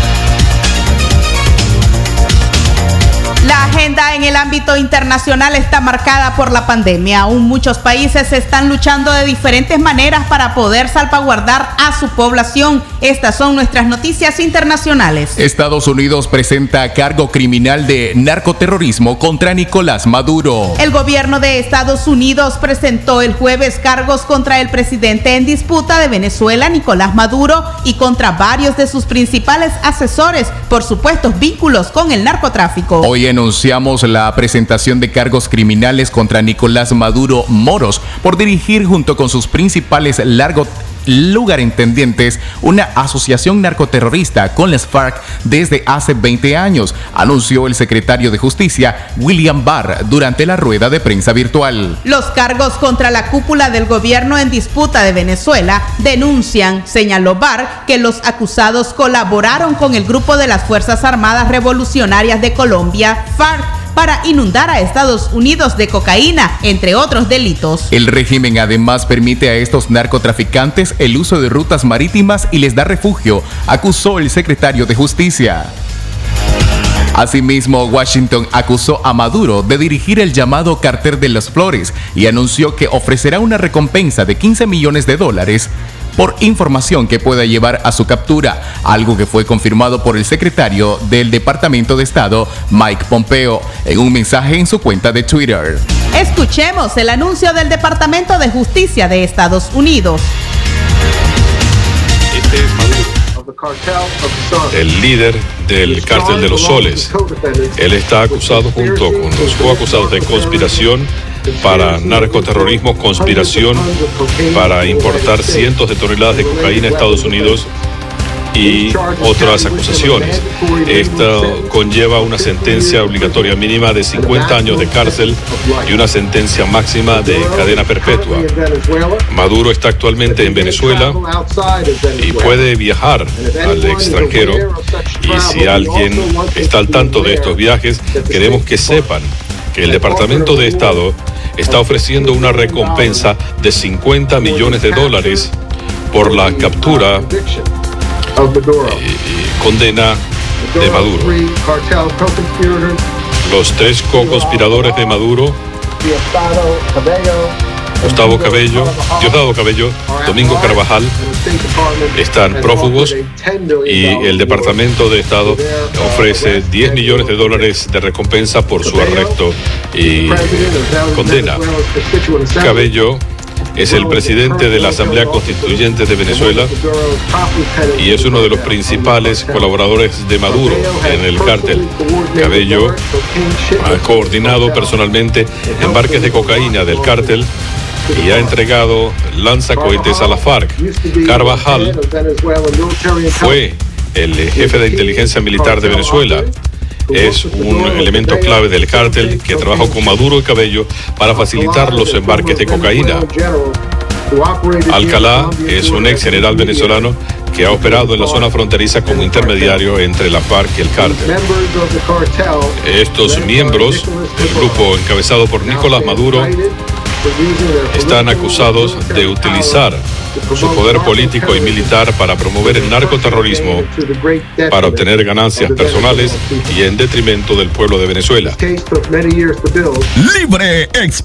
S8: La agenda en el ámbito internacional está marcada por la pandemia. Aún muchos países están luchando de diferentes maneras para poder salvaguardar a su población. Estas son nuestras noticias internacionales.
S9: Estados Unidos presenta cargo criminal de narcoterrorismo contra Nicolás Maduro.
S8: El gobierno de Estados Unidos presentó el jueves cargos contra el presidente en disputa de Venezuela, Nicolás Maduro, y contra varios de sus principales asesores por supuestos vínculos con el narcotráfico.
S9: Hoy anunciamos la presentación de cargos criminales contra Nicolás Maduro Moros por dirigir junto con sus principales largo lugarentendientes una asociación narcoterrorista con las FARC desde hace veinte años, anunció el secretario de Justicia William Barr durante la rueda de prensa virtual.
S8: Los cargos contra la cúpula del gobierno en disputa de Venezuela denuncian, señaló Barr, que los acusados colaboraron con el grupo de las Fuerzas Armadas Revolucionarias de Colombia, FARC, para inundar a Estados Unidos de cocaína, entre otros delitos.
S9: El régimen además permite a estos narcotraficantes el uso de rutas marítimas y les da refugio, acusó el secretario de Justicia. Asimismo, Washington acusó a Maduro de dirigir el llamado Cartel de las Flores y anunció que ofrecerá una recompensa de quince millones de dólares por información que pueda llevar a su captura, algo que fue confirmado por el secretario del Departamento de Estado, Mike Pompeo, en un mensaje en su cuenta de Twitter.
S8: Escuchemos el anuncio del Departamento de Justicia de Estados Unidos.
S18: Este el líder del Cártel de los Soles. Él está acusado junto con los coacusados de conspiración para narcoterrorismo, conspiración para importar cientos de toneladas de cocaína a Estados Unidos y otras acusaciones. Esto conlleva una sentencia obligatoria mínima de cincuenta años de cárcel y una sentencia máxima de cadena perpetua. Maduro está actualmente en Venezuela y puede viajar al extranjero, y si alguien está al tanto de estos viajes, queremos que sepan que el Departamento de Estado está ofreciendo una recompensa de cincuenta millones de dólares por la captura y condena de Maduro. Los tres co-conspiradores de Maduro, Gustavo Cabello, Diosdado Cabello, Domingo Carvajal, están prófugos y el Departamento de Estado ofrece diez millones de dólares de recompensa por su arresto y condena. Cabello es el presidente de la Asamblea Constituyente de Venezuela y es uno de los principales colaboradores de Maduro en el cártel. Cabello ha coordinado personalmente embarques de cocaína del cártel y ha entregado lanzacohetes a la FARC. Carvajal fue el jefe de inteligencia militar de Venezuela. Es un elemento clave del cártel que trabajó con Maduro y Cabello para facilitar los embarques de cocaína. Alcalá es un ex general venezolano que ha operado en la zona fronteriza como intermediario entre la FARC y el cártel. Estos miembros del grupo encabezado por Nicolás Maduro están acusados de utilizar su poder político y militar para promover el narcoterrorismo, para obtener ganancias personales y en detrimento del pueblo de Venezuela.
S17: Libre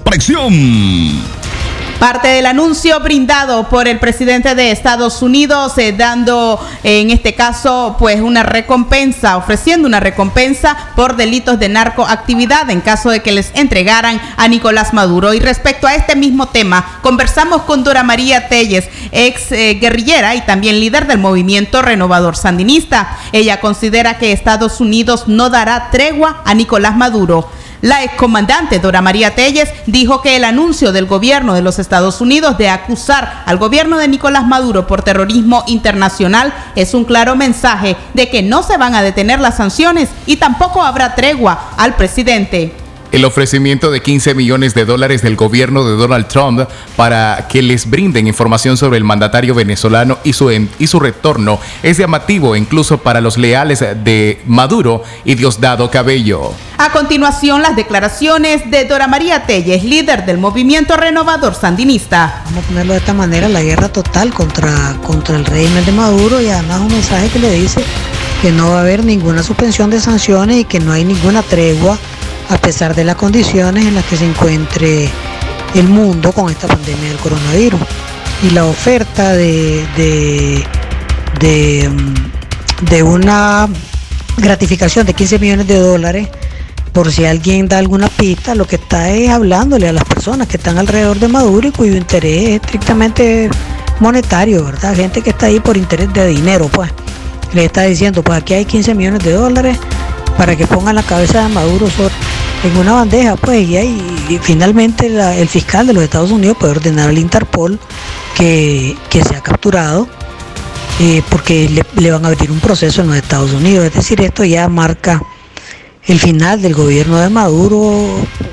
S17: expresión.
S8: Parte del anuncio brindado por el presidente de Estados Unidos, eh, dando eh, en este caso pues una recompensa, ofreciendo una recompensa por delitos de narcoactividad en caso de que les entregaran a Nicolás Maduro. Y respecto a este mismo tema, conversamos con Dora María Telles, ex eh, guerrillera y también líder del movimiento renovador sandinista. Ella considera que Estados Unidos no dará tregua a Nicolás Maduro. La excomandante Dora María Telles dijo que el anuncio del gobierno de los Estados Unidos de acusar al gobierno de Nicolás Maduro por terrorismo internacional es un claro mensaje de que no se van a detener las sanciones y tampoco habrá tregua al presidente.
S9: El ofrecimiento de quince millones de dólares del gobierno de Donald Trump para que les brinden información sobre el mandatario venezolano y su, y su retorno es llamativo incluso para los leales de Maduro y Diosdado Cabello.
S8: A continuación, las declaraciones de Dora María Telles, líder del movimiento renovador sandinista.
S19: Vamos a ponerlo de esta manera, la guerra total contra, contra el régimen de Maduro, y además un mensaje que le dice que no va a haber ninguna suspensión de sanciones y que no hay ninguna tregua a pesar de las condiciones en las que se encuentre el mundo con esta pandemia del coronavirus. Y la oferta de, de, de, de una gratificación de quince millones de dólares, por si alguien da alguna pista, lo que está es hablándole a las personas que están alrededor de Maduro y cuyo interés es estrictamente monetario, ¿verdad? Gente que está ahí por interés de dinero, pues. Le está diciendo, pues aquí hay quince millones de dólares para que pongan la cabeza de Maduro en una bandeja, pues, y, ahí, y finalmente la, el fiscal de los Estados Unidos puede ordenar al Interpol que, que sea capturado, eh, porque le, le van a abrir un proceso en los Estados Unidos. Es decir, esto ya marca el final del gobierno de Maduro,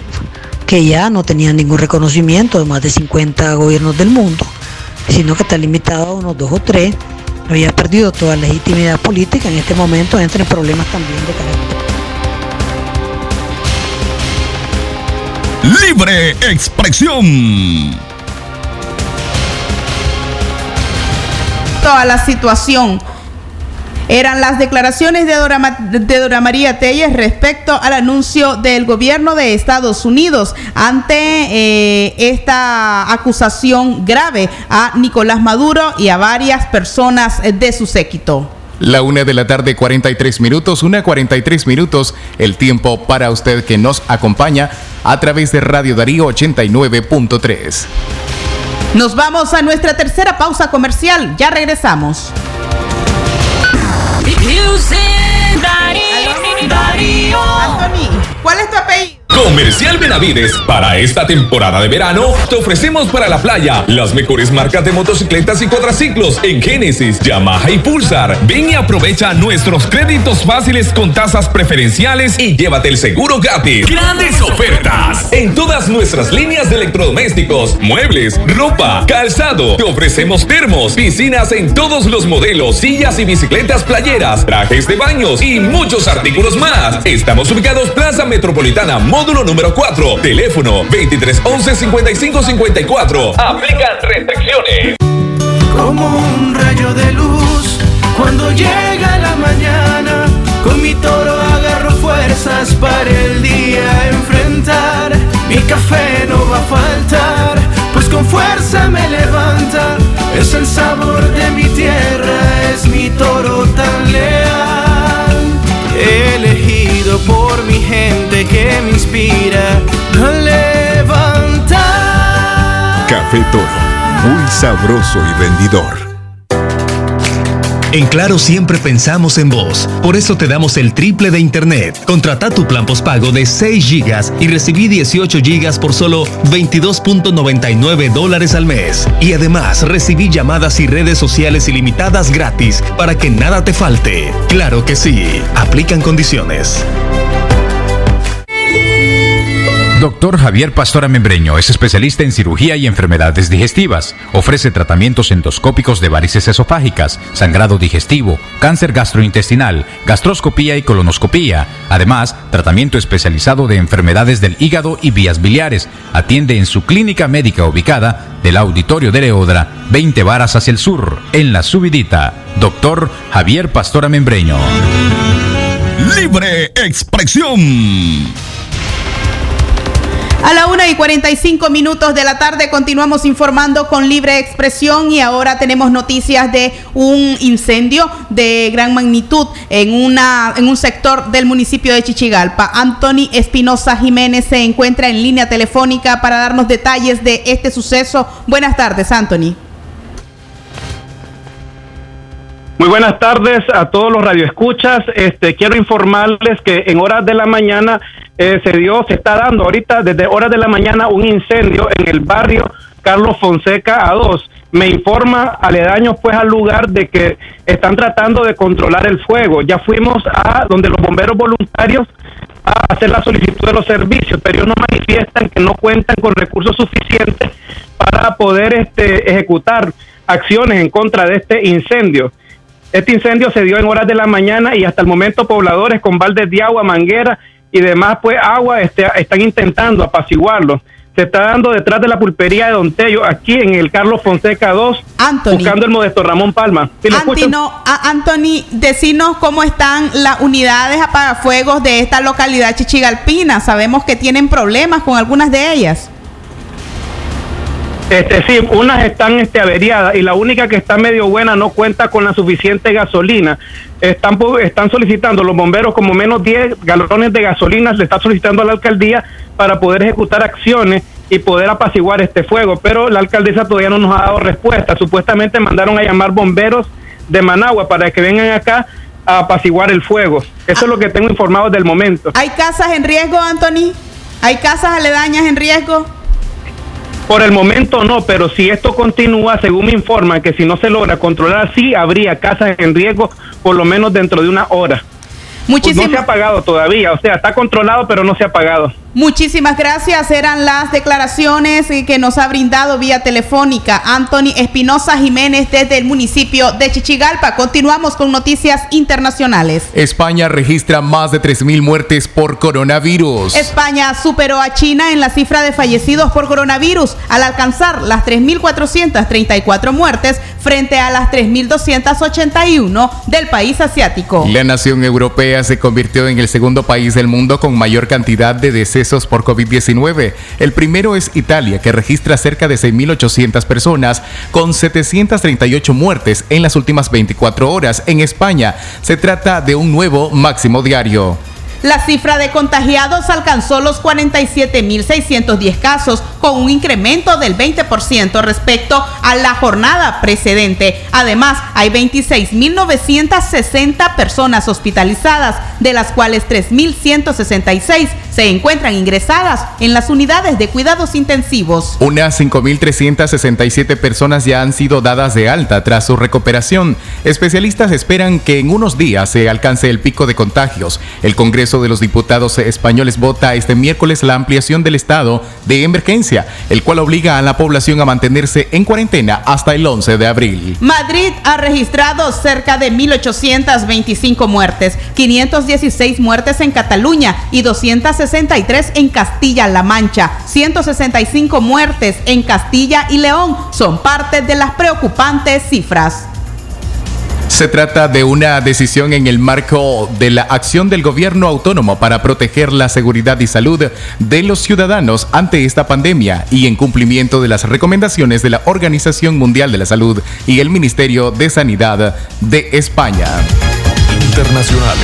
S19: que ya no tenía ningún reconocimiento de más de cincuenta gobiernos del mundo, sino que está limitado a unos dos o tres. Había perdido toda legitimidad política, en este momento entra en problemas también de carácter.
S17: Libre expresión.
S8: Toda la situación eran las declaraciones de Dora, de Dora María Telles respecto al anuncio del gobierno de Estados Unidos ante eh, esta acusación grave a Nicolás Maduro y a varias personas de su séquito.
S9: La una de la tarde, cuarenta y tres minutos, una cuarenta y tres minutos, el tiempo para usted que nos acompaña a través de Radio Darío ochenta y nueve punto tres.
S8: Nos vamos a nuestra tercera pausa comercial, ya regresamos.
S5: Darío.
S8: Anthony, ¿cuál es tu apellido?
S20: Comercial Benavides, para esta temporada de verano te ofrecemos para la playa las mejores marcas de motocicletas y cuadraciclos en Génesis, Yamaha y Pulsar. Ven y aprovecha nuestros créditos fáciles con tasas preferenciales y llévate el seguro gratis. Grandes ofertas en todas nuestras líneas de electrodomésticos, muebles, ropa, calzado. Te ofrecemos termos, piscinas en todos los modelos, sillas y bicicletas playeras, trajes de baños y muchos artículos más. Estamos ubicados Plaza Metropolitana, módulo número cuatro, teléfono veintitrés once cincuenta y cinco cincuenta y cuatro. Aplican restricciones.
S6: Como un rayo de luz cuando llega la mañana, con mi
S21: para el día enfrentar. Mi café no va a faltar, pues con fuerza me levanta. Es el sabor de mi tierra, es mi toro tan leal. Elegido por mi gente que me inspira a levantar.
S22: Café Toro, muy sabroso y rendidor.
S23: En Claro siempre pensamos en vos, por eso te damos el triple de internet. Contrata tu plan postpago de seis gigas y recibí dieciocho gigas por solo veintidós punto noventa y nueve dólares al mes. Y además recibí llamadas y redes sociales ilimitadas gratis para que nada te falte. Claro que sí, aplican condiciones.
S13: Doctor Javier Pastora Membreño es especialista en cirugía y enfermedades digestivas. Ofrece tratamientos endoscópicos de varices esofágicas, sangrado digestivo, cáncer gastrointestinal, gastroscopía y colonoscopía. Además, tratamiento especializado de enfermedades del hígado y vías biliares. Atiende en su clínica médica ubicada del Auditorio de Leodra, veinte varas hacia el sur, en La Subidita. Doctor Javier Pastora Membreño.
S17: Libre expresión.
S8: A la una y cuarenta y cinco minutos de la tarde continuamos informando con Libre Expresión y ahora tenemos noticias de un incendio de gran magnitud en, una, en un sector del municipio de Chichigalpa. Anthony Espinosa Jiménez se encuentra en línea telefónica para darnos detalles de este suceso. Buenas tardes, Anthony.
S24: Muy buenas tardes a todos los radioescuchas. Este, quiero informarles que en horas de la mañana eh, se dio, se está dando ahorita desde horas de la mañana un incendio en el barrio Carlos Fonseca A dos. Me informa aledaños pues al lugar de que están tratando de controlar el fuego. Ya fuimos a donde los bomberos voluntarios a hacer la solicitud de los servicios, pero ellos nos manifiestan que no cuentan con recursos suficientes para poder este, ejecutar acciones en contra de este incendio. Este incendio se dio en horas de la mañana y hasta el momento pobladores con baldes de agua, manguera y demás pues agua este, están intentando apaciguarlo. Se está dando detrás de la pulpería de Don Tello, aquí en el Carlos Fonseca dos,
S8: Anthony.
S24: Buscando el Modesto Ramón Palma. ¿Sí
S8: Antino, a, Anthony, decinos cómo están las unidades apagafuegos de esta localidad chichigalpina. Sabemos que tienen problemas con algunas de ellas.
S24: Este, sí, unas están este, averiadas y la única que está medio buena no cuenta con la suficiente gasolina. Están, están solicitando los bomberos como menos diez galones de gasolina, le está solicitando a la alcaldía para poder ejecutar acciones y poder apaciguar este fuego, pero la alcaldesa todavía no nos ha dado respuesta. Supuestamente mandaron a llamar bomberos de Managua para que vengan acá a apaciguar el fuego. Eso ah. es lo que tengo informado del momento.
S8: ¿Hay casas en riesgo, Anthony? ¿Hay casas aledañas en riesgo?
S24: Por el momento no, pero si esto continúa, según me informan, que si no se logra controlar, sí habría casas en riesgo por lo menos dentro de una hora. Muchísimas... No se ha apagado todavía, o sea, está controlado, pero no se ha apagado.
S8: Muchísimas gracias, eran las declaraciones que nos ha brindado vía telefónica Anthony Espinosa Jiménez desde el municipio de Chichigalpa. Continuamos con noticias internacionales.
S9: España registra más de tres mil muertes por coronavirus.
S8: España superó a China en la cifra de fallecidos por coronavirus al alcanzar las tres mil cuatrocientas treinta y cuatro muertes frente a las tres mil doscientas ochenta y uno del país asiático.
S9: La nación europea se convirtió en el segundo país del mundo con mayor cantidad de decesos por COVID diecinueve. El primero es Italia, que registra cerca de seis mil ochocientas personas con setecientas treinta y ocho muertes en las últimas veinticuatro horas. En España se trata de un nuevo máximo diario.
S8: La cifra de contagiados alcanzó los cuarenta y siete mil seiscientos diez casos, con un incremento del veinte por ciento respecto a la jornada precedente. Además, hay veintiséis mil novecientas sesenta personas hospitalizadas, de las cuales tres mil ciento sesenta y seis se encuentran ingresadas en las unidades de cuidados intensivos.
S9: Unas cinco mil trescientas sesenta y siete personas ya han sido dadas de alta tras su recuperación. Especialistas esperan que en unos días se alcance el pico de contagios. El Congreso de los Diputados españoles vota este miércoles la ampliación del estado de emergencia, el cual obliga a la población a mantenerse en cuarentena hasta el once de abril.
S8: Madrid ha registrado cerca de mil ochocientas veinticinco muertes, quinientas dieciséis muertes en Cataluña y doscientas sesenta y tres en Castilla-La Mancha. ciento sesenta y cinco muertes en Castilla y León son parte de las preocupantes cifras.
S9: Se trata de una decisión en el marco de la acción del gobierno autónomo para proteger la seguridad y salud de los ciudadanos ante esta pandemia y en cumplimiento de las recomendaciones de la Organización Mundial de la Salud y el Ministerio de Sanidad de España.
S23: Internacionales.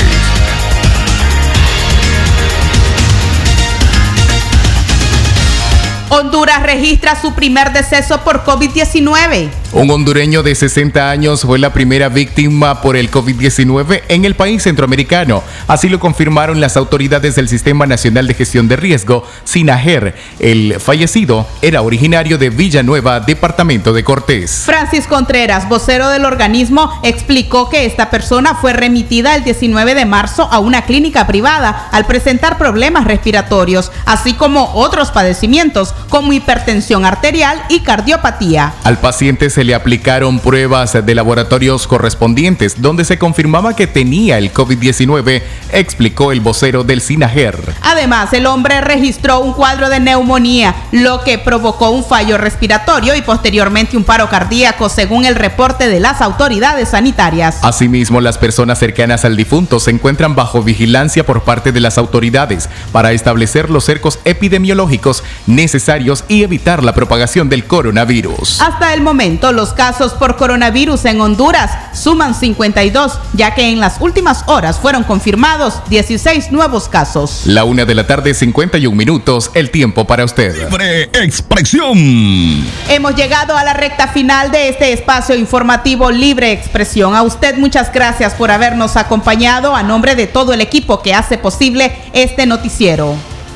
S8: Honduras registra su primer deceso por COVID diecinueve.
S9: Un hondureño de sesenta años fue la primera víctima por el COVID diecinueve en el país centroamericano. Así lo confirmaron las autoridades del Sistema Nacional de Gestión de Riesgo, SINAGER. El fallecido era originario de Villanueva, departamento de Cortés.
S8: Francis Contreras, vocero del organismo, explicó que esta persona fue remitida el diecinueve de marzo a una clínica privada al presentar problemas respiratorios, así como otros padecimientos como hipertensión arterial y cardiopatía.
S9: Al paciente se le aplicaron pruebas de laboratorios correspondientes donde se confirmaba que tenía el COVID diecinueve, explicó el vocero del SINAGER.
S8: Además, el hombre registró un cuadro de neumonía, lo que provocó un fallo respiratorio y posteriormente un paro cardíaco, según el reporte de las autoridades sanitarias.
S9: Asimismo, las personas cercanas al difunto se encuentran bajo vigilancia por parte de las autoridades para establecer los cercos epidemiológicos necesarios y evitar la propagación del coronavirus.
S8: Hasta el momento, los casos por coronavirus en Honduras suman cincuenta y dos, ya que en las últimas horas fueron confirmados dieciséis nuevos casos.
S9: La una de la tarde, cincuenta y un minutos, el tiempo para usted.
S17: Libre expresión.
S8: Hemos llegado a la recta final de este espacio informativo Libre Expresión. A usted muchas gracias por habernos acompañado a nombre de todo el equipo que hace posible este noticiero.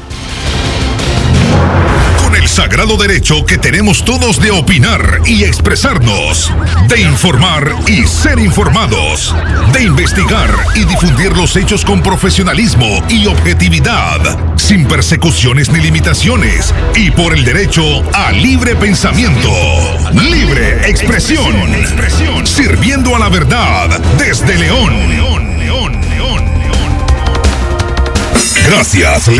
S1: El sagrado derecho que tenemos todos de opinar y expresarnos, de informar y ser informados, de investigar y difundir los hechos con profesionalismo y objetividad, sin persecuciones ni limitaciones, y por el derecho a libre pensamiento, libre expresión, sirviendo a la verdad desde León. Gracias.